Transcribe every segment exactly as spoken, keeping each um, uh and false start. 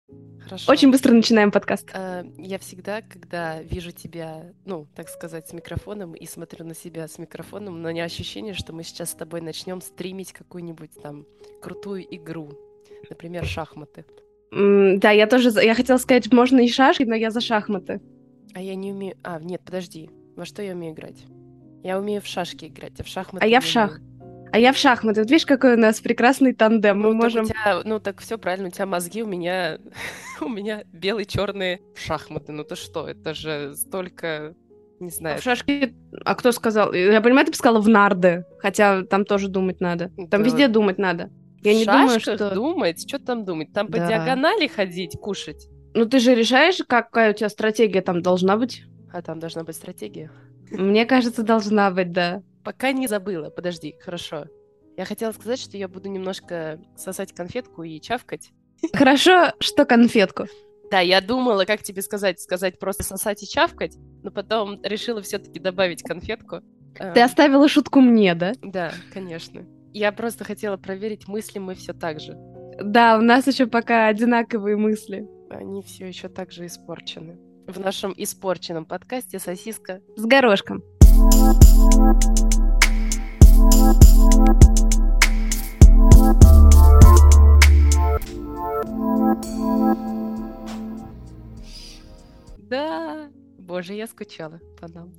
Хорошо. Очень быстро начинаем подкаст. Э, Я всегда, когда вижу тебя, ну, так сказать, с микрофоном и смотрю на себя с микрофоном, у меня ощущение, что мы сейчас с тобой начнем стримить какую-нибудь там крутую игру. Например, шахматы. М, Да, я тоже... за- Я хотела сказать, можно и шашки, но я за шахматы. А я не умею... А, нет, подожди. Во что я умею играть? Я умею в шашки играть, а в А шахматы я в не шах. умею. А я в шахматы. Вот видишь, какой у нас прекрасный тандем. Мы Ну, так у можем... тебя, ну, так все правильно, у тебя мозги, у меня, у меня белые, черные шахматы. Ну, то что, это же столько, не А знаю, в это- шашки... А кто сказал? Я понимаю, ты бы сказала в нарды. Хотя там тоже думать надо. Там да, везде думать надо. в Я не думаю, шашках что... думать, что там думать? Там по Да. диагонали ходить, кушать. Ну ты же решаешь, какая у тебя стратегия там должна быть? А там должна быть стратегия. Мне кажется, должна быть, да. Пока не забыла, подожди, хорошо. Я хотела сказать, что я буду немножко сосать конфетку и чавкать. Хорошо, что конфетку. Да, я думала, как тебе сказать, сказать просто сосать и чавкать, но потом решила все-таки добавить конфетку. Ты Эм, оставила шутку мне, да? Да, конечно. Я просто хотела проверить, мыслим мы все так же. Да, у нас еще пока одинаковые мысли. Они все еще так же испорчены. В нашем испорченном подкасте «Сосиска». С горошком. Да, боже, я скучала по нам.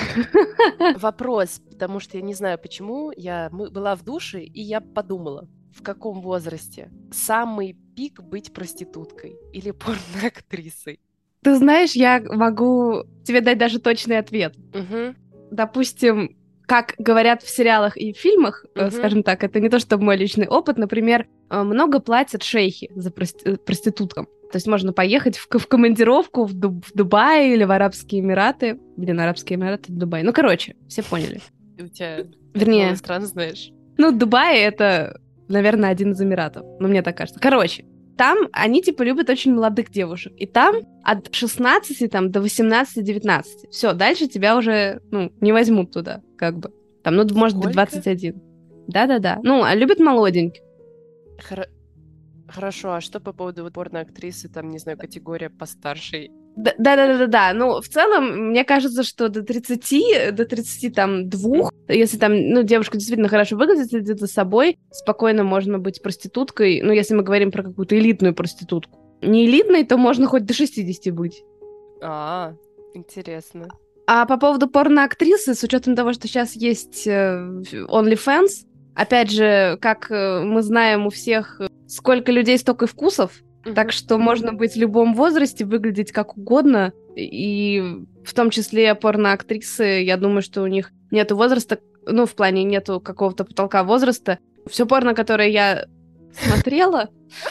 Вопрос, потому что я не знаю почему, я мы- была в душе, и я подумала, в каком возрасте самый пик быть проституткой или порноактрисой? Ты знаешь, я могу тебе дать даже точный ответ. Угу, Допустим, как говорят в сериалах и фильмах, э, угу. скажем так, это не то, что мой личный опыт, например, э, много платят шейхи за прости- э, проституткам. То есть можно поехать в, к- в командировку в, Дуб- в Дубай или в Арабские Эмираты. Блин, Арабские Эмираты, Дубай. Ну, короче, все поняли. У тебя так много Вернее, стран знаешь. ну, Дубай — это, наверное, один из Эмиратов. Ну, мне так кажется. Короче, там они, типа, любят очень молодых девушек. И там от шестнадцати там, до восемнадцати-девятнадцати. Все, дальше тебя уже, ну, не возьмут туда, как бы. Там, ну, может, до Сколько? двадцать один. Да-да-да. Ну, а любят молоденьких. Хоро- Хорошо, а что по поводу вот порноактрисы, там, не знаю, категория постарше? Да- Да-да-да-да. Ну, в целом, мне кажется, что до тридцати, до тридцати там двух, если там, ну, девушка действительно хорошо выглядит, следит за собой, спокойно можно быть проституткой, ну, если мы говорим про какую-то элитную проститутку. Не элитной, то можно хоть до шестидесяти быть. А, интересно. А по поводу порноактрисы, с учетом того, что сейчас есть э, OnlyFans, опять же, как э, мы знаем у всех, э, сколько людей, столько и вкусов, так Мгм. что можно быть в любом возрасте, выглядеть как угодно, и в том числе порноактрисы, я думаю, что у них нету возраста, ну, в плане нету какого-то потолка возраста. Все порно, которое я смотрела,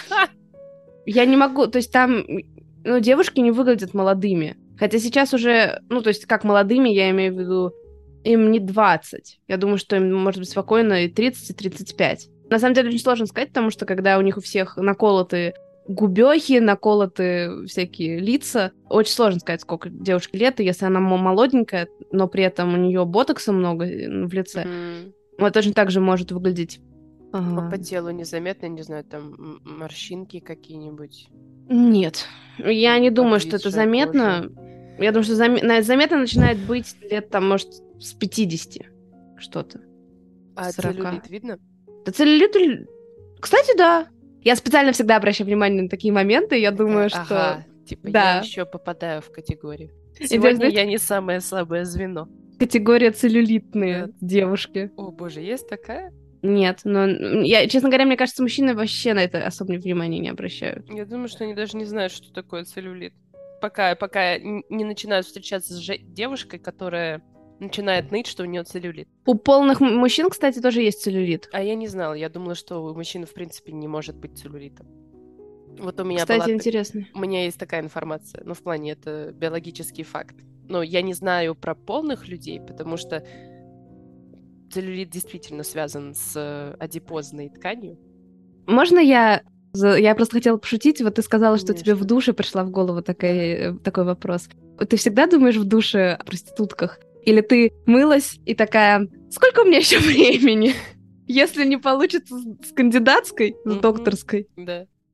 я не могу, то есть там, ну, девушки не выглядят молодыми. Хотя сейчас уже, ну, то есть как молодыми, я имею в виду, им не двадцать. Я думаю, что им может быть спокойно и тридцать, и тридцать пять. На самом деле очень сложно сказать, потому что когда у них у всех наколоты губехи, наколоты всякие лица, очень сложно сказать, сколько девушке лет, и если она мо- молоденькая, но при этом у нее ботокса много э, в лице, Мгм. она точно так же может выглядеть. А Ага. по телу незаметно, не знаю, там м- морщинки какие-нибудь, Нет, я не думаю, что это обвисшая кожа. заметно. Я думаю, что заме- на- заметно начинает быть лет, там, может, с пятидесяти что-то, А с сорока. целлюлит видно? Да целлюлит... л- Кстати, да. Я специально всегда обращаю внимание на такие моменты. Я Такая, думаю, что... ага, типа я Да. еще попадаю в категорию. И даже, Сегодня знаете, я не самое слабое звено. категория Да. целлюлитные девушки. О, боже, есть такая? Нет, но... м, Я, честно говоря, мне кажется, мужчины вообще на это особо внимания не обращают. Я думаю, что они даже не знают, что такое целлюлит. Пока, пока н- не начинают встречаться с же- девушкой, которая начинает ныть, что у нее целлюлит. У полных м- мужчин, кстати, тоже есть целлюлит. А я не знала, я думала, что у мужчин, в принципе, не может быть целлюлита. Вот у меня была... Кстати, так- интересно. У меня есть такая информация, ну, в плане, это биологический факт. Но я не знаю про полных людей, потому что целлюлит действительно связан с э, адипозной тканью. Можно я... за- Я просто хотела пошутить. Вот ты сказала, что тебе в Конечно. душе пришла в голову такая, э, такой вопрос. Ты всегда думаешь в душе о проститутках? Или ты мылась и такая, сколько у меня еще времени? Если не получится с с кандидатской, с Мгм. докторской, Да.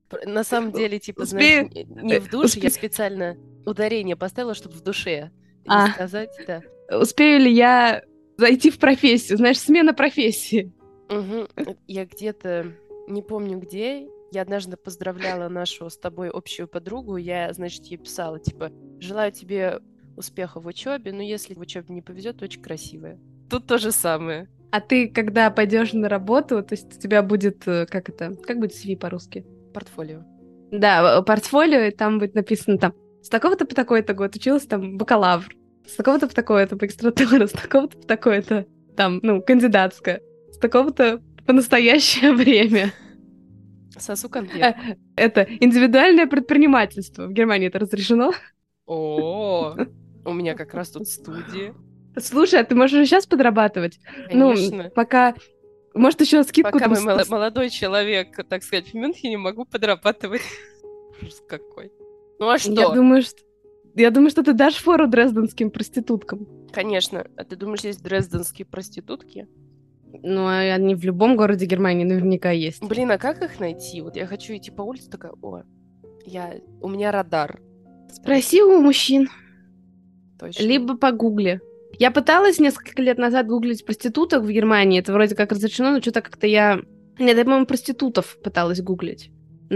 На самом деле, типа, Успею... знаешь, не в душе, Успе... я специально ударение поставила, чтобы в душе а. сказать, да. Успею ли я зайти в профессию? Знаешь, смена профессии. Угу. Я где-то, не помню где, я однажды поздравляла нашу с тобой общую подругу, я, значит, ей писала, типа, желаю тебе успеха в учебе, но если в учебе не повезет, очень красивая. Тут то же самое. А ты, когда пойдешь на работу, то есть у тебя будет, как это, как будет си ви по-русски? Портфолио. Да, портфолио, и там будет написано там, с такого-то по такой-то год училась там бакалавр, с такого-то по такое-то магистратура, с такого-то по такое-то там, ну, кандидатская, с такого-то по настоящее время. Сосу конфет. Это индивидуальное предпринимательство. В Германии это разрешено? О, у меня как раз тут студия. Слушай, а ты можешь уже сейчас подрабатывать? Конечно. Ну, пока... Может, еще скидку... Пока там... мой молодой человек, так сказать, в Мюнхене, могу подрабатывать. Ужас какой. Ну а что? Я думаю, что... Я думаю, что ты дашь фору дрезденским проституткам. Конечно. А ты думаешь, есть дрезденские проститутки? Ну, они в любом городе Германии наверняка есть. Блин, а как их найти? Вот я хочу идти по улице, такая, о, я... у меня радар. Спроси у мужчин. Точно. Либо погугли. Я пыталась несколько лет назад гуглить проституток в Германии. Это вроде как разрешено, но что-то как-то я... Нет, я, по-моему, проститутов пыталась гуглить.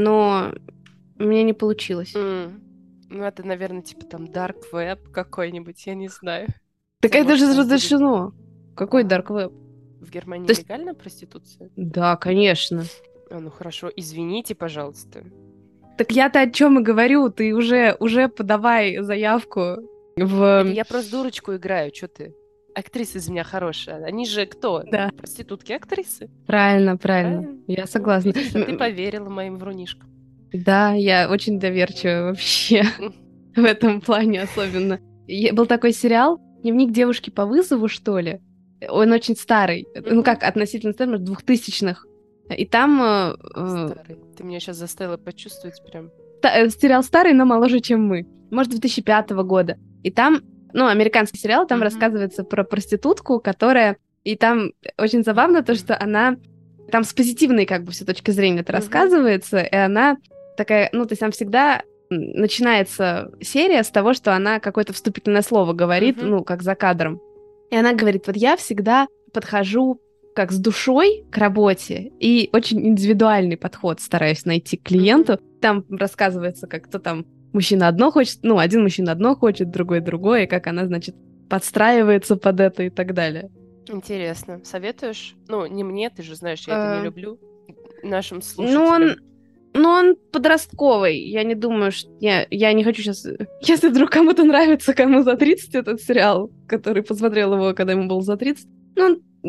Но у меня не получилось. Mm. Ну, это, наверное, типа там dark web какой-нибудь, я не знаю. Так Хотя, это же может, разрешено. будет... Какой а, dark web? В Германии То есть... легальная проституция? Да, конечно. А, ну хорошо, извините, пожалуйста. Так я-то о чем и говорю. Ты уже, уже подавай заявку в... Это я просто дурочку играю, что ты? Актриса из меня хорошая. Они же кто? Да. Проститутки-актрисы? Правильно, правильно. Правильно? Я согласна. Ну, видишь, а ты поверила моим врунишкам. Да, я очень доверчива вообще. В этом плане особенно. Был такой сериал «Дневник девушки по вызову», что ли? Он очень старый. Ну как, относительно старый, может, двухтысячных. И там... Старый. Ты меня сейчас заставила почувствовать прям... Сериал старый, но моложе, чем мы. Может, две тысячи пятого года. И там, ну, американский сериал, там mm-hmm. рассказывается про проститутку, которая... И там очень забавно то, что она... Там с позитивной, как бы, все точки зрения это mm-hmm. рассказывается, и она такая... Ну, то есть там всегда начинается серия с того, что она какое-то вступительное слово говорит, mm-hmm. ну, как за кадром. И она говорит, вот я всегда подхожу как с душой к работе и очень индивидуальный подход стараюсь найти к клиенту. Mm-hmm. Там рассказывается, как кто там мужчина одно хочет, ну, один мужчина одно хочет, другой другое, и как она, значит, подстраивается под это и так далее. Интересно. Советуешь? Ну, не мне, ты же знаешь, я это не люблю. Нашим слушателям. Ну, он, ну, он подростковый. Я не думаю, что... Я, я не хочу сейчас... Если вдруг кому-то нравится, кому за тридцать этот сериал, который посмотрел его, когда ему было за тридцать, ну,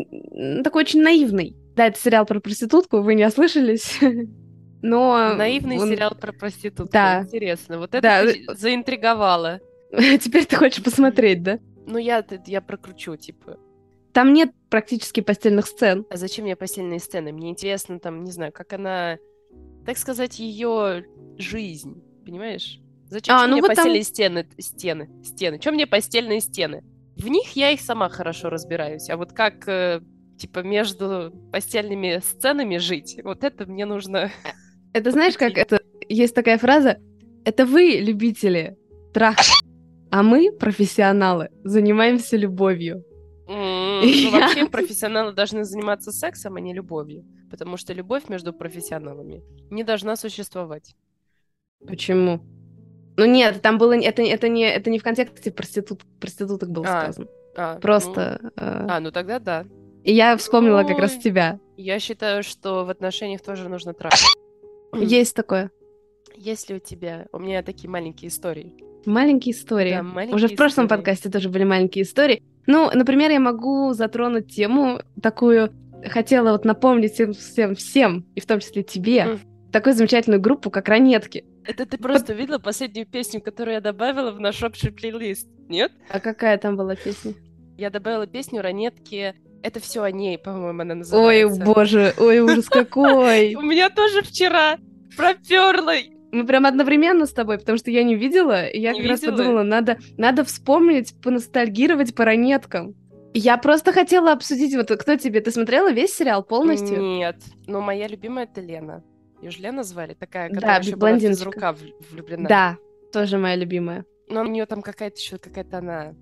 он такой очень наивный. Да, это сериал про проститутку, вы не ослышались. Но наивный он... сериал про проститутку. Да. Интересно. Вот это да. ты заинтриговала. Теперь ты хочешь посмотреть, да? Ну, я, я прокручу, типа. Там нет практически постельных сцен. А зачем мне постельные сцены? Мне интересно, там, не знаю, как она, так сказать, ее жизнь, понимаешь? Зачем а, ну мне вот постельные там... стены, стены, стены? Чем мне постельные стены? В них я их сама хорошо разбираюсь. А вот как, э, типа, между постельными сценами жить, вот это мне нужно... Это знаешь, как это... Есть такая фраза, это вы, любители, трах, а мы, профессионалы, занимаемся любовью. Mm, ну, вообще профессионалы должны заниматься сексом, а не любовью. Потому что любовь между профессионалами не должна существовать. Почему? Ну нет, там было... Это, это, не, это не в контексте проститут, проституток было а, сказано. А, Просто... Ну... Э... А, ну тогда да. И я вспомнила ну, как раз тебя. Я считаю, что в отношениях тоже нужно трахать. Есть такое. Есть ли у тебя... У меня такие маленькие истории. Маленькие истории. Да, маленькие Уже в прошлом истории. подкасте тоже были маленькие истории. Ну, например, я могу затронуть тему такую... Хотела вот напомнить всем, всем, всем, и в том числе тебе, mm. такую замечательную группу, как «Ранетки». Это ты просто Под... видела последнюю песню, которую я добавила в наш общий плейлист, нет? А какая там была песня? Я добавила песню «Ранетки». Это все о ней, по-моему, она называется. Ой, боже, ой, ужас какой! У меня тоже вчера пропёрло. Мы прям одновременно с тобой, потому что я не видела, и я как раз подумала, надо, надо вспомнить, поностальгировать по «Ранеткам». Я просто хотела обсудить, вот кто тебе, ты смотрела весь сериал полностью? Нет, но моя любимая — это Лена. Ее же Лена звали, такая, Да, которая еще была в блондиночка. физрука в- влюблена. Да, тоже моя любимая. Но у нее там какая-то еще какая-то она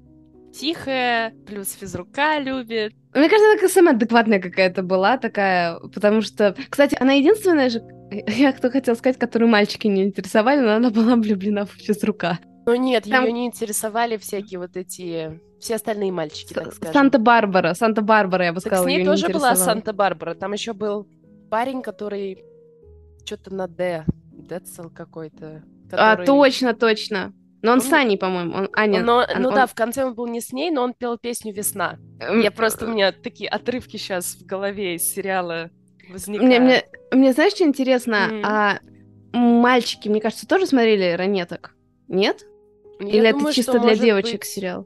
тихая, плюс физрука любит. Мне кажется, она такая самая адекватная какая-то была, такая, потому что... Кстати, она единственная же, я кто хотела сказать, которую мальчики не интересовали, но она была влюблена в физрука. Но нет, Там- ее не интересовали всякие вот эти... Все остальные мальчики, так С- скажем. Санта-Барбара, Санта-Барбара, я бы Так сказала, с ней ее не тоже была интересовала. Санта-Барбара. Там еще был парень, который что-то на Д. Децл какой-то. А, Который... точно, точно. Но он Помни- с Аней, по-моему. Он, Аня, Но, он- ну он- да, в конце он был не с ней, но он пел песню «Весна». М, Я просто, у меня такие отрывки сейчас в голове из сериала Мне, возникают. мне, мне знаешь, что интересно? Мгм. А мальчики, мне кажется, тоже смотрели «Ранеток»? Нет? Ну, Или я это думаю, чисто что, для может девочек быть, сериал?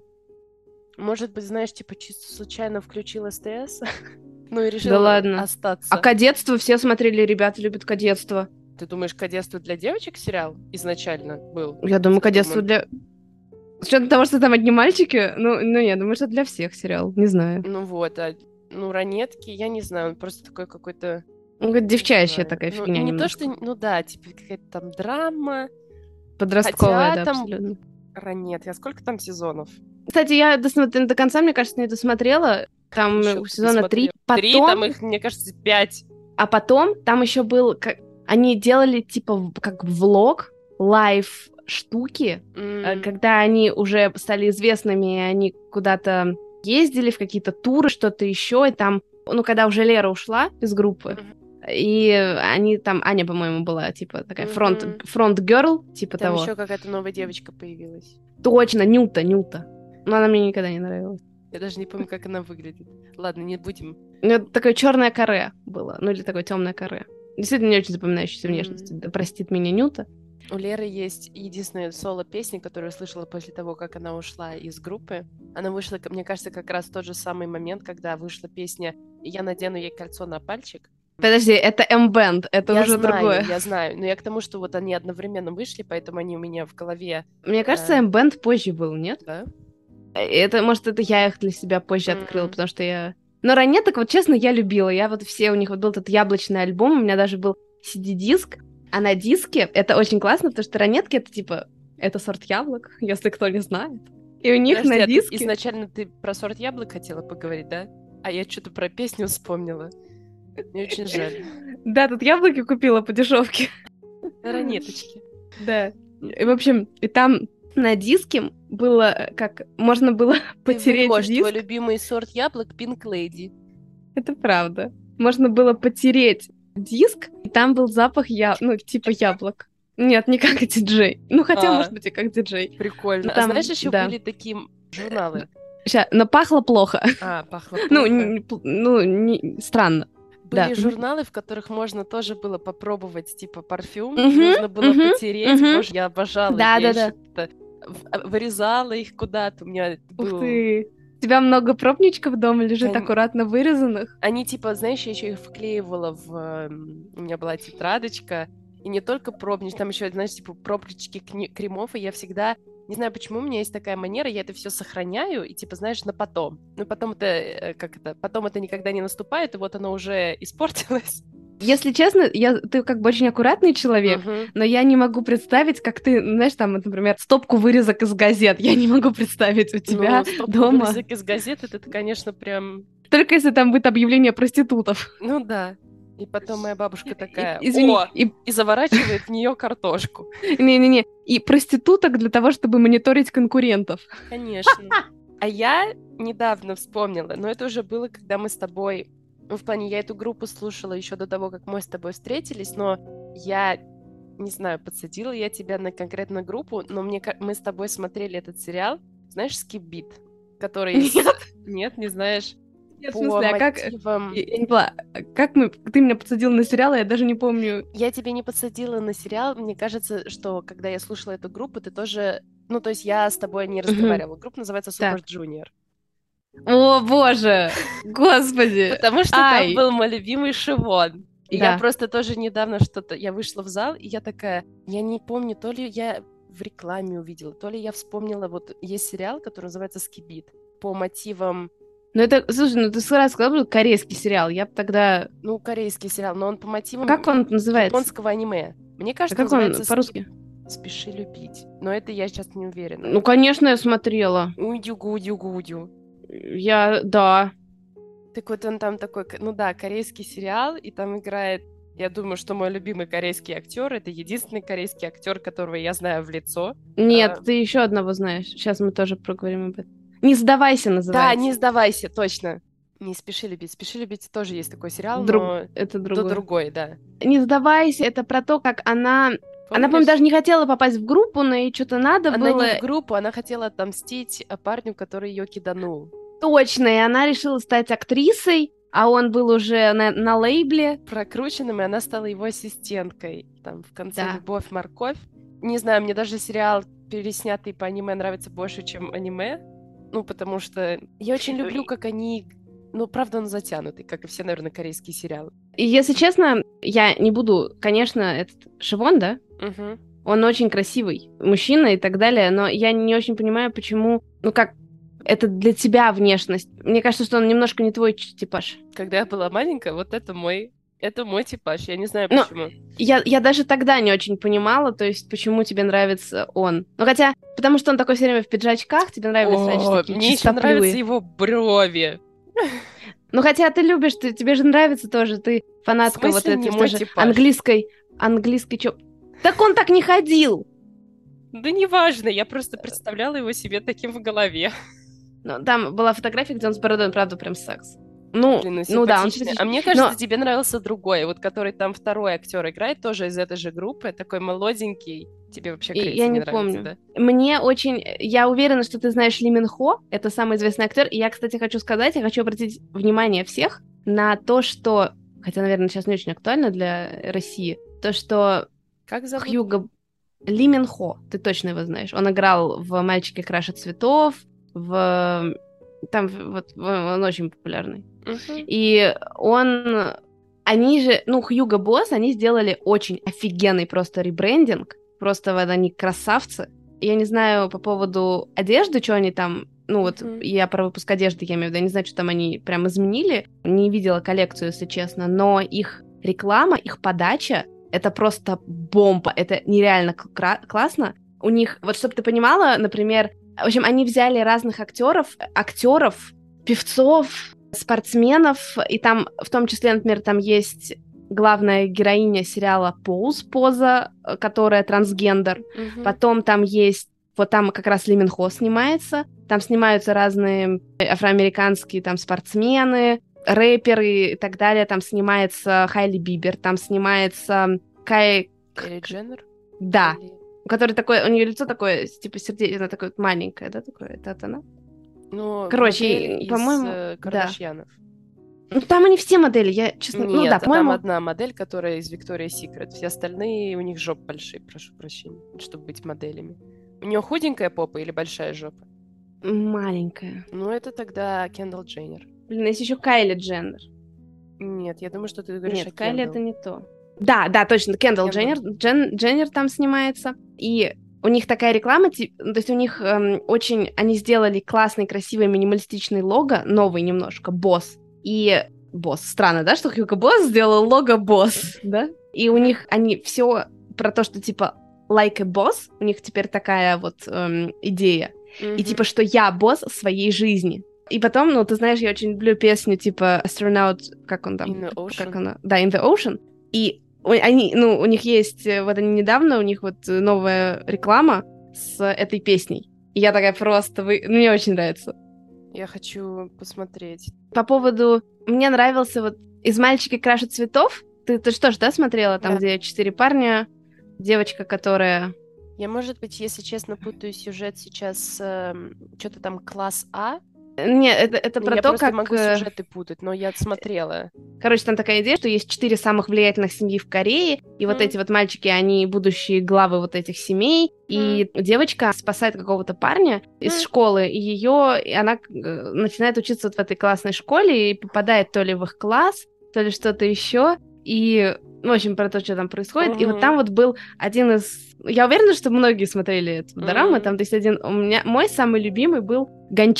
Может быть, знаешь, типа чисто случайно включил СТС, ну и решил Да ладно. остаться. А «Кадетство» все смотрели, ребята любят «Кадетство». Ты думаешь, «Кадетство» для девочек сериал изначально был? Я думаю, «Кадетство» задуман? для... С учетом того, что там одни мальчики, ну, ну, я думаю, что для всех сериал, не знаю. Ну вот, а ну «Ранетки», я не знаю, он просто такой какой-то... Ну, какая-то не девчачья знаю. такая Ну, фигня не немножко. то, что... Ну да, типа какая-то там драма. Подростковая, Хотя да, там- абсолютно. «Ранетки», а сколько там сезонов? Кстати, я досмотр- до конца, мне кажется, не досмотрела. Там Ещё у ты сезона три. досмотрела. Три, Потом, там их, мне кажется, пять. а потом там еще был, как... они делали типа в- как влог, лайв штуки, э, М, когда они уже стали известными, и они куда-то ездили в какие-то туры, что-то еще, и там, ну, когда уже Лера ушла из группы, и они там, Аня, по-моему, была, типа, такая фронт, Мгм. фронт-герл, типа Там того. еще какая-то новая девочка появилась. Точно, Нюта, Нюта. Но она мне никогда не нравилась. Я даже не помню, как она выглядит. Ладно, не будем. У нее такое черное каре было, ну или такое темное каре. Действительно, не очень запоминающейся Мгм. внешности. Да простит меня Нюта. У Леры есть единственная соло-песня, которую я слышала после того, как она ушла из группы. Она вышла, мне кажется, как раз в тот же самый момент, когда вышла песня «Я надену ей кольцо на пальчик». Подожди, это M-Band, это я уже знаю, другое. я знаю. Но я к тому, что вот они одновременно вышли, поэтому они у меня в голове. Мне кажется, э, M-Band позже был, нет? Да? Это, может, это я их для себя позже Мгм. открыла, потому что я... Но ранеток, вот честно, я любила. Я вот все, у них вот был этот яблочный альбом, у меня даже был си ди-диск, а на диске это очень классно, потому что ранетки — это типа, это сорт яблок, если кто не знает. И у них Подожди, на а ты диске... изначально ты про сорт яблок хотела поговорить, да? А я что-то про песню вспомнила. Мне очень жаль. Да, тут яблоки купила по дешевке. Ранеточки. Да. И, в общем, и там на диске было, э, как можно было Ты потереть врешь, диск. твой любимый сорт яблок Pink Lady. Это правда. Можно было потереть диск, и там был запах я... ну, типа яблок. Нет, не как диджей. Ну, хотя, А. может быть, и как диджей. Прикольно. Ну, А там, знаешь, еще да. были такие журналы. Ща, но пахло плохо. А, пахло Ну, плохо. не- пл- ну, не- странно. Были да. журналы, в которых можно тоже было попробовать, типа, парфюм. Мгм, Нужно было мгм, потереть. мгм. Боже, я обожала. Да, я да, да. ещё это в- а, вырезала их куда-то. У меня Ух был... ты. У тебя много пробничков дома лежит, Кон- аккуратно вырезанных. Они, типа, знаешь, я еще их вклеивала в... эм, У меня была тетрадочка. И не только пробнички, там еще, знаешь, типа, пробнички кни- кремов. И я всегда... Не знаю, почему у меня есть такая манера, я это все сохраняю, и, типа, знаешь, на потом. Ну, потом это, э, как это, потом это никогда не наступает, и вот оно уже испортилось. Если честно, я, ты как бы очень аккуратный человек, Мгм. но я не могу представить, как ты, знаешь, там, вот, например, стопку вырезок из газет. Я не могу представить у тебя Ну, стопку дома. вырезок из газеты, это, конечно, прям... Только если там будет объявление проститутов. Ну да. И потом моя бабушка такая, И- извини, о, и и заворачивает в нее картошку. не-не-не, и проституток для того, чтобы мониторить конкурентов. Конечно. А я недавно вспомнила, но это уже было, когда мы с тобой... Ну, в плане, я эту группу слушала еще до того, как мы с тобой встретились, но я, не знаю, подсадила я тебя на конкретную группу, но мне, ка- мы с тобой смотрели этот сериал, знаешь, Skip Beat, который... Нет. Нет, не знаешь? Нет, в По смысле, а как... мотивам... Я, я не поняла, а как мы... Ты меня подсадил на сериал, я даже не помню. Я тебя не подсадила на сериал. Мне кажется, что когда я слушала эту группу, ты тоже... Ну, то есть я с тобой не разговаривала. Группа называется Super Так. Junior. О, боже! Господи! Потому что Ай. там был мой любимый Шивон. И Да. я просто тоже недавно что-то... Я вышла в зал, и я такая... Я не помню, то ли я в рекламе увидела, то ли я вспомнила... Вот есть сериал, который называется «Скибит». По мотивам Ну это, слушай, ну ты сразу сказал, что корейский сериал, я бы тогда... Ну, корейский сериал, но он по мотивам Как он называется? японского аниме. Мне А кажется, как он называется по-русски? «Спеши любить». Но это я сейчас не уверена. Ну, конечно, я смотрела. Удю-гудю-гудю. Я, да. Так вот он там такой, ну да, корейский сериал, и там играет, я думаю, что мой любимый корейский актер, это единственный корейский актер, которого я знаю в лицо. Нет, А, ты еще одного знаешь. Сейчас мы тоже проговорим об этом. «Не сдавайся» Да, называется. не сдавайся, точно. Не «Спеши любить». «Спеши любить» тоже есть такой сериал, Друг... но Это да, другое. другой, да. «Не сдавайся» — это про то, как она... Она, по-моему, Помнишь? даже не хотела попасть в группу, но ей что-то надо Она было. не в группу, она хотела отомстить парню, который ее киданул. Точно, и она решила стать актрисой, а он был уже на, на лейбле. Прокрученным, и она стала его ассистенткой. Там в конце Да. «Любовь, морковь». Не знаю, мне даже сериал, переснятый по аниме, нравится больше, чем аниме. Ну, потому что я очень люблю, как они... Ну, правда, он затянутый, как и все, наверное, корейские сериалы. И если честно, я не буду... Конечно, этот Шивон, да? Угу. Он очень красивый мужчина и так далее, но я не очень понимаю, почему... Ну, как... Это для тебя внешность. Мне кажется, что он немножко не твой типаж. Когда я была маленькая, вот это мой... Это мой типаж, я не знаю Но почему. Я, я даже тогда не очень понимала, то есть, почему тебе нравится он. Ну, хотя, потому что он такой все время в пиджачках, тебе нравились, О, раньше такие мне еще чистоплюи. нравятся его брови. Ну, хотя ты любишь, ты, тебе же нравится тоже, ты фанатка В вот смысле не этой мой тоже типаж? английской, английской чё... Так он так не ходил! Да неважно, я просто представляла его себе таким в голове. Ну, там была фотография, где он с бородой, правда, прям секс. Ну, Блин, ну, ну да, он симпатичный. симпатичный. А мне кажется, Но тебе нравился другой, вот который там второй актер играет, тоже из этой же группы, такой молоденький. Тебе вообще и- корейцы я не не нравятся, помню. да? Мне очень... Я уверена, что ты знаешь Ли Мин Хо, это самый известный актер. И я, кстати, хочу сказать, я хочу обратить внимание всех на то, что... Хотя, наверное, сейчас не очень актуально для России. То, что Как зовут? Хьюго... Ли Мин Хо, ты точно его знаешь. Он играл в «Мальчике краше цветов», в... Там вот он очень популярный. Мгм. И он... Они же, ну, Хьюго Босс, они сделали очень офигенный просто ребрендинг. Просто вот они красавцы. Я не знаю по поводу одежды, что они там... Ну, вот Мгм. я про выпуск одежды, я имею в виду, я не знаю, что там они прям изменили. Не видела коллекцию, если честно. Но их реклама, их подача, это просто бомба. Это нереально кра- классно. У них, вот чтобы ты понимала, например... В общем, они взяли разных актеров, актеров, певцов, спортсменов, и там, в том числе, например, там есть главная героиня сериала «Поуз», Поза, которая трансгендер. Мгм. Потом там есть, вот там как раз Ли Мин Хо снимается, там снимаются разные афроамериканские там спортсмены, рэперы и так далее, там снимается Хайли Бибер, там снимается Кай... Кайли Дженнер? Да, Или- который такой, у нее лицо такое, типа, сердечное, такое вот маленькое, да, такое, это, это она? Ну, Короче, модель из по-моему, э, да. Кардашьянов. Ну, там они все модели, я, честно... Нет, ну да, там по-моему... одна модель, которая из Victoria's Secret. Все остальные, у них жоп большие, прошу прощения, чтобы быть моделями. У нее худенькая попа или большая жопа? Маленькая. Ну, это тогда Кендалл Дженнер. Блин, есть еще Кайли Дженнер. Нет, я думаю, что ты говоришь Нет, о Кайли Кендалл. это не то. Да, да, точно, Кендалл Кендалл. Дженнер. Джен, Дженнер там снимается. И у них такая реклама, ти- то есть у них эм, очень... Они сделали классный, красивый, минималистичный лого, новый немножко, Босс. И... Босс. Странно, да, что Хьюго Босс сделал лого Босс, да? И у них они все про то, что типа like a boss, у них теперь такая вот эм, идея. Мгм. И типа, что я босс своей жизни. И потом, ну, ты знаешь, я очень люблю песню типа Astronaut, как он там? In the Ocean. Как она? Да, In the Ocean. И у- они, ну, у них есть, э, вот они недавно, у них вот э, новая реклама с этой песней. И я такая просто, вы... мне очень нравится. Я хочу посмотреть. По поводу... Мне нравился вот из «Мальчики краше цветов». Ты, ты что ж, да, смотрела? Там, Да. где четыре парня, девочка, которая... Я, может быть, если честно, путаю сюжет сейчас, эм, что-то там класс А. Нет, это, это про я то, просто как... могу э, сюжеты путать, но я смотрела. Короче, там такая идея, что есть четыре самых влиятельных семьи в Корее, и вот Мгм. эти вот мальчики, они будущие главы вот этих семей, и девочка спасает какого-то парня из Мгм. школы, и ее, и она э, начинает учиться вот в этой классной школе, и попадает то ли в их класс, то ли что-то еще, и, в общем, про то, что там происходит. И вот Мгм. там вот был один из... Я уверена, что многие смотрели эту дораму, Мгм. там, то есть один... У меня... Мой самый любимый был Гончар.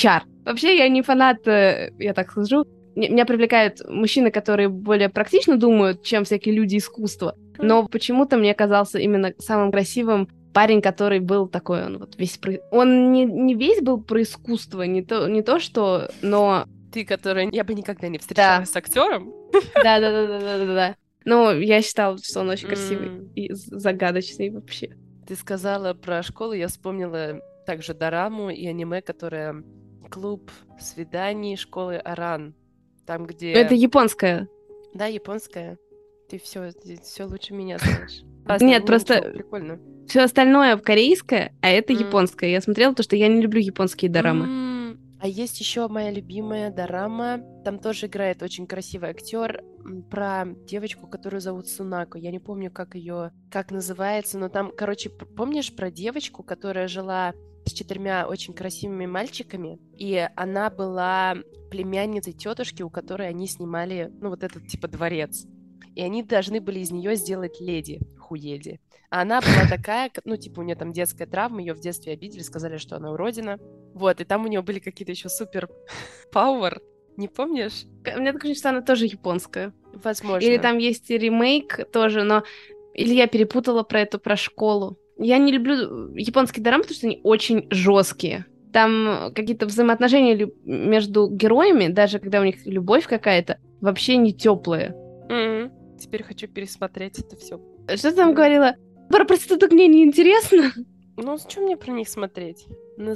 Вообще, я не фанат, э, я так скажу. М- Меня привлекают мужчины, которые более практично думают, чем всякие люди искусства. Но почему-то мне казался именно самым красивым парень, который был такой, он вот весь про... Он не, не весь был про искусство, не то, не то что, но... Ты, которая... Я бы никогда не Да. встречалась с актером. Да-да-да-да-да-да. Но я считала, что он очень красивый М. и з- загадочный вообще. Ты сказала про школу, я вспомнила также дораму и аниме, которое клуб свиданий школы Аран. Там, Но где... это японская. Да, японская. Ты все, все лучше меня знаешь. Нет, Ну, просто ничего, прикольно. все остальное корейское, а это М. японское. Я смотрела, потому что я не люблю японские дорамы. М. А есть еще моя любимая дорама. Там тоже играет очень красивый актер м, про девочку, которую зовут Сунако. Я не помню, как ее, как называется, но там, короче, п- помнишь про девочку, которая жила с четырьмя очень красивыми мальчиками, и она была племянницей тетушки, у которой они снимали, ну, вот этот типа дворец. И они должны были из нее сделать леди, хуеди. А она была такая, к- ну, типа, у нее там детская травма, ее в детстве обидели, сказали, что она уродина. Вот, и там у нее были какие-то еще супер пауэр. Не помнишь? К- Мне так кажется, что она тоже японская. Возможно. Или там есть и ремейк тоже, но... Или я перепутала про эту, про школу. Я не люблю японские дорамы, потому что они очень жесткие. Там какие-то взаимоотношения лю- между героями, даже когда у них любовь какая-то, вообще не теплые. М. Теперь хочу пересмотреть это все. Что ты там говорила? Про проституток мне не интересно. Ну, что мне про них смотреть?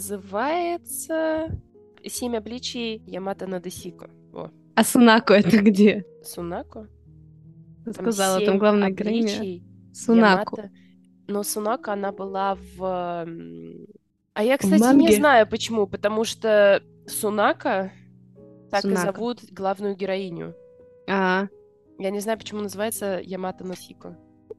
Называется «Семь обличий Ямато Надесико». О, А Сунако это где? Сунако? Ты Там сказала, там семь главная героиня. обличий Сунако. Ямато. Но Сунако, она была в... м, А я, В кстати, не манге? знаю, почему. Потому что Сунако так и Сунако. зовут главную героиню. А, Я не знаю, почему называется Ямато Носико.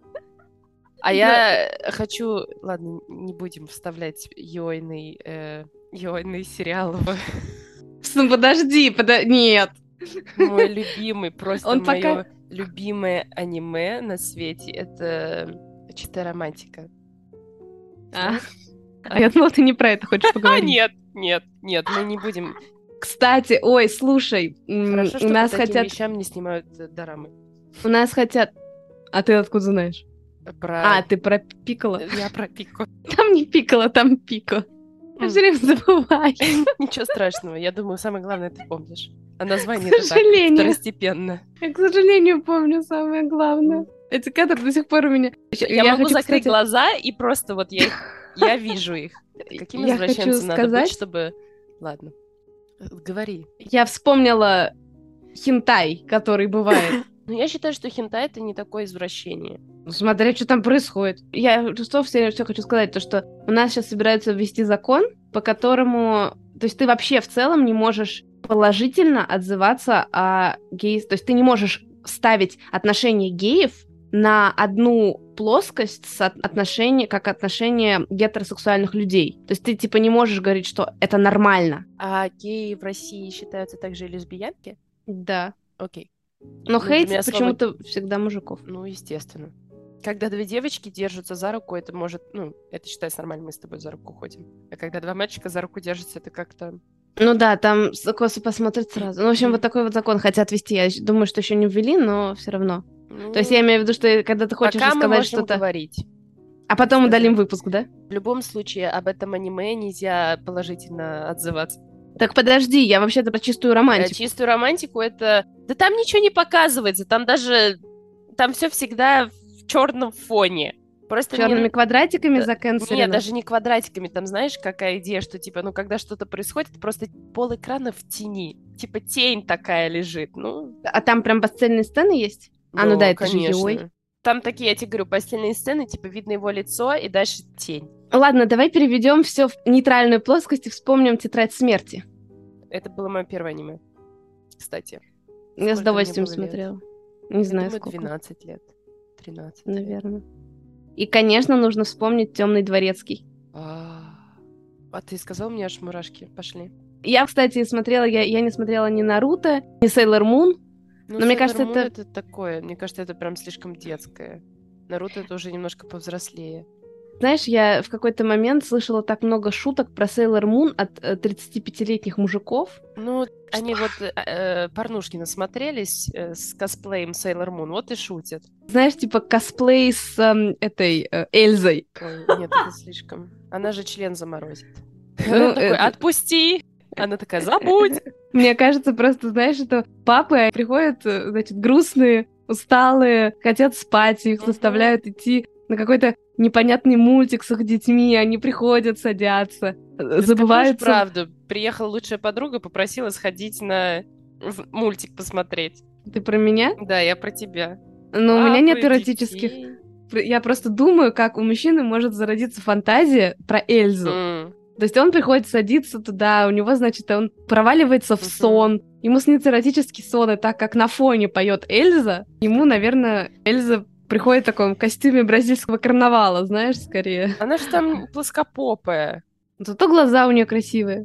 А я хочу... Ладно, не будем вставлять йойный, э, йойный сериал в ну, подожди, подожди, нет. мой любимый, просто Он мое пока- любимое аниме на свете. Это чистая романтика. А, а я думала, ты не про это хочешь А, поговорить. нет, нет, нет, мы не будем. Кстати, ой, слушай, м, Хорошо, у что нас по таким хотят... вещам не снимают э, дорамы. У нас хотят... А ты откуда знаешь? Про... А, ты про Пикколо? Я про Пико. Там не Пикколо, там Пико. Я все время забываю. Ничего страшного, я думаю, самое главное ты помнишь. А название К это так, сожалению. второстепенно. Я, к сожалению, помню самое главное. Эти кадры до сих пор у меня... Я, могу хочу, закрыть кстати, глаза, и просто вот я, их- я вижу их. Каким Я хочу извращенцем надо быть, сказать, чтобы... Ладно, э, говори. я вспомнила хентай, который бывает. Ну, я считаю, что хентай — это не такое извращение. Смотря, что там происходит. Я что все, все хочу сказать, то что у нас сейчас собираются ввести закон, по которому... То есть ты вообще в целом не можешь положительно отзываться о геях. То есть ты не можешь ставить отношения геев на одну плоскость с от- отношения, как отношения гетеросексуальных людей. То есть ты типа не можешь говорить, что это нормально. А геи в России считаются также и лесбиянки? Да. Окей. Но Ну, для хейтят меня слово- почему-то всегда мужиков. Ну, естественно. Когда две девочки держатся за руку, это может... Ну, это считается нормально, мы с тобой за руку ходим. А когда два мальчика за руку держатся, это как-то... Ну да, там с- косо посмотрят сразу. Ну, в общем, вот такой вот закон хотят ввести. Я щ- думаю, что еще не ввели, но все равно. Ну, То есть я имею в виду, что когда ты хочешь пока мы рассказать можем что-то, говорить. а потом сказать. удалим выпуск, да? В любом случае, об этом аниме нельзя положительно отзываться. Так подожди, я вообще-то про чистую Э, романтику. Чистую романтику это... Да там ничего не показывается, там даже... Там все всегда в черном фоне. Просто не- Черными квадратиками Да, заканцелено. Нет, даже не квадратиками. Там знаешь, какая идея, что типа, ну, когда что-то происходит, просто пол экрана в тени. Типа тень такая лежит. Ну, А там прям постельные сцены есть? А, ну да, это же конечно. Йой. Там такие, я тебе говорю, постельные сцены, типа, видно его лицо, и дальше тень. Ладно, давай переведем все в нейтральную плоскость и вспомним «Тетрадь смерти». Это было мое первое аниме, кстати. Я Сколько с удовольствием мне было лет? смотрела. Не Я знаю, думаю, сколько. двенадцать лет. тринадцать лет. Наверное. И, конечно, нужно вспомнить «Темный дворецкий». А а ты сказал, мне аж мурашки пошли. Я, кстати, смотрела, я, я не смотрела ни Наруто, ни Сейлор Мун. Ну, Но мне Sailor кажется, Moon это- это такое. Мне кажется, это прям слишком детское. Наруто это уже немножко повзрослее. Знаешь, я в какой-то момент слышала так много шуток про Sailor Moon от э, тридцатипятилетних мужиков. Ну, они вот э, э, порнушки насмотрелись э, с косплеем Sailor Moon, вот и шутят. Знаешь, типа косплей с эм, этой э, Эльзой. Ой, нет, это слишком. Она же член заморозит. Ну, Он такой, это- отпусти! Она такая, забудь! Мне кажется, просто, знаешь, что папы приходят, э, значит, грустные, усталые, хотят спать, их Мгм. заставляют идти на какой-то непонятный мультик с их детьми, они приходят, садятся, э, Скажу забываются. правду. Приехала лучшая подруга, попросила сходить на в- мультик посмотреть. Ты про меня? Да, я про тебя. Но у меня нет Папы, эротических. детей. Пр- Я просто думаю, как у мужчины может зародиться фантазия про Эльзу. М, То есть он приходит садиться туда, у него, значит, он проваливается в Мгм. сон, ему снится эротический сон, и так как на фоне поет Эльза, ему, наверное, Эльза приходит в таком костюме бразильского карнавала, знаешь, скорее. Она же там плоскопопая. Зато глаза у нее красивые.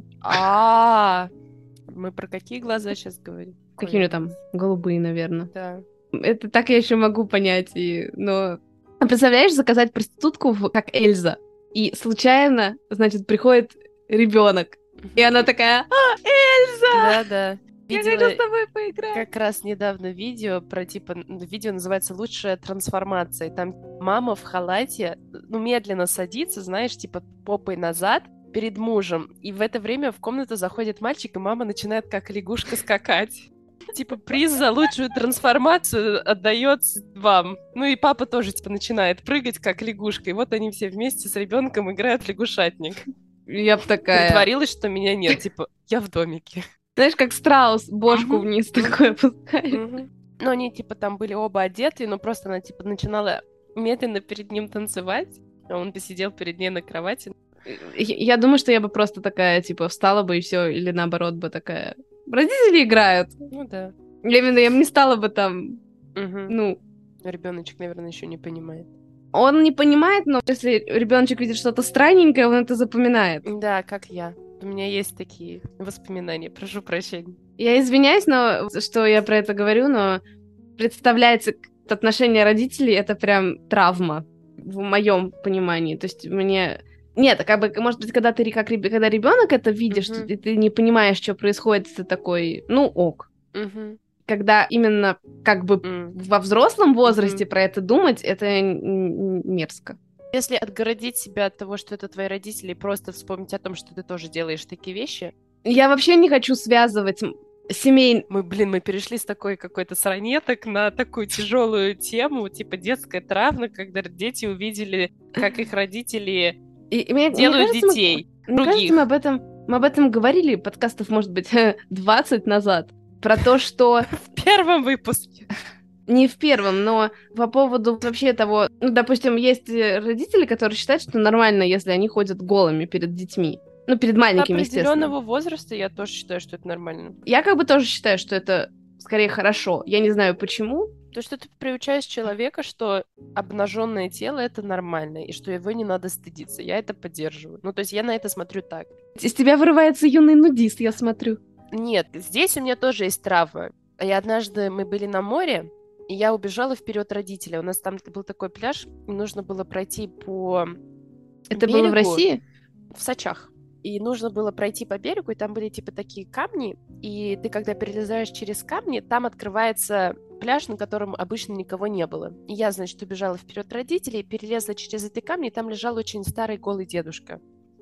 А, мы про какие глаза сейчас говорим? Какие у нее там? Голубые, наверное. Да. Это так я еще могу понять, и... но... А представляешь, заказать проститутку в- как Эльза, и случайно, значит, приходит ребенок, и она такая: «А, Эльза! Да-да. Я хочу Видела с тобой поиграть!» как раз недавно видео про, типа, н- видео называется «Лучшая трансформация». И там мама в халате, ну, медленно садится, знаешь, типа, попой назад перед мужем. И в это время в комнату заходит мальчик, и мама начинает как лягушка скакать. Типа, приз за лучшую трансформацию отдается вам. Ну и папа тоже, типа, начинает прыгать как лягушка. И вот они все вместе с ребенком играют в лягушатник. Я б такая... Притворилась, что меня нет. Типа, я в домике. Знаешь, как страус, бошку Мгм. вниз такой опускает. Мгм. Ну, они, типа, там были оба одеты, но просто она, типа, начинала медленно перед ним танцевать, а он бы сидел перед ней на кровати. Я я думаю, что я бы просто такая, типа, встала бы и все, или наоборот бы такая... Родители играют. Ну да. Или именно я бы не стала бы там, Угу. ну... Ребеночек, наверное, еще не понимает. Он не понимает, но если ребеночек видит что-то странненькое, он это запоминает. Да, как я. У меня есть такие воспоминания, прошу прощения. Я извиняюсь, но что я про это говорю, но представляется, отношение родителей — это прям травма в моем понимании. То есть мне... Нет, как бы, может быть, когда ты как реб- когда ребенок это видишь, Мгм. и ты не понимаешь, что происходит, ты такой, ну ок. Угу. Когда именно как бы М. во взрослом возрасте Мгм. про это думать, это н- н- мерзко. Если отгородить себя от того, что это твои родители, и просто вспомнить о том, что ты тоже делаешь такие вещи. Я вообще не хочу связывать м- семей. Мы, блин, мы перешли с такой какой-то сранеток на такую тяжелую тему, типа детская травма, когда дети увидели, как их родители И, и мне, мне делают кажется, мы- детей мне других. кажется, мы об этом мы об этом говорили подкастов, может быть, двадцать назад. Про то, что В первом выпуске. не в первом, но по поводу вообще того, ну, допустим, есть э, родители, которые считают, что нормально, если они ходят голыми перед детьми. Ну, перед До маленькими, естественно. определенного возраста я тоже считаю, что это нормально. Я как бы тоже считаю, что это скорее хорошо. Я не знаю почему. То, что ты приучаешь человека, что обнаженное тело это нормально, и что его не надо стыдиться. Я это поддерживаю. Ну, то есть я на это смотрю так. Из тебя вырывается юный нудист, я смотрю. Нет, здесь у меня тоже есть травма. И однажды мы были на море, и я убежала вперед родителей. У нас там был такой пляж, и нужно было пройти по Это было в берегу. России? В Сочах. И нужно было пройти по берегу, и там были типа такие камни, и ты, когда перелезаешь через камни, там открывается пляж, на котором обычно никого не было. И я, значит, убежала вперед родителей, перелезла через эти камни, и там лежал очень старый голый дедушка.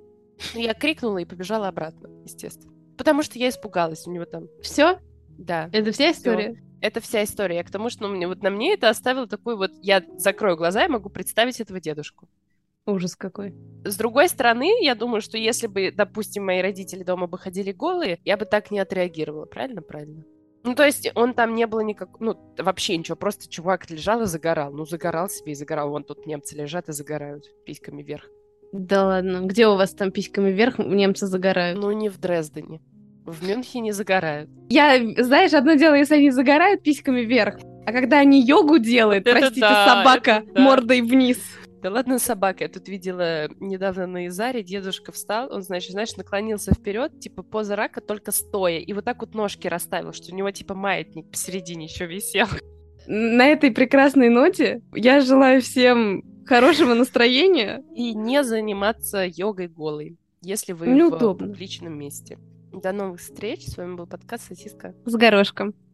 И я крикнула и побежала обратно, естественно. Потому что я испугалась, у него там... Все? Да. Это вся Всё. история? Это вся история. Я к тому, что ну, мне, вот на мне это оставило такой вот... Я закрою глаза и могу представить этого дедушку. Ужас какой. С другой стороны, я думаю, что если бы, допустим, мои родители дома бы ходили голые, я бы так не отреагировала. Правильно? Правильно. Ну, то есть он там не было никак... Ну, вообще ничего. Просто чувак лежал и загорал. Ну, загорал себе и загорал. Вон тут немцы лежат и загорают письками вверх. Да ладно. Где у вас там письками вверх немцы загорают? Ну, не в Дрездене. В Мюнхене загорают. Я, знаешь, одно дело, если они загорают письками вверх, а когда они йогу делают, Вот это простите, да, собака это да. мордой вниз. Да ладно, собака. Я тут видела недавно на Изаре, дедушка встал, он, значит, знаешь, наклонился вперед, типа поза рака, только стоя, и вот так вот ножки расставил, что у него типа маятник посередине еще висел. На этой прекрасной ноте я желаю всем Хорошего настроения. И не заниматься йогой голой, если вы Неудобно. в публичном месте. До новых встреч. С вами был подкаст «Сосиска С горошком.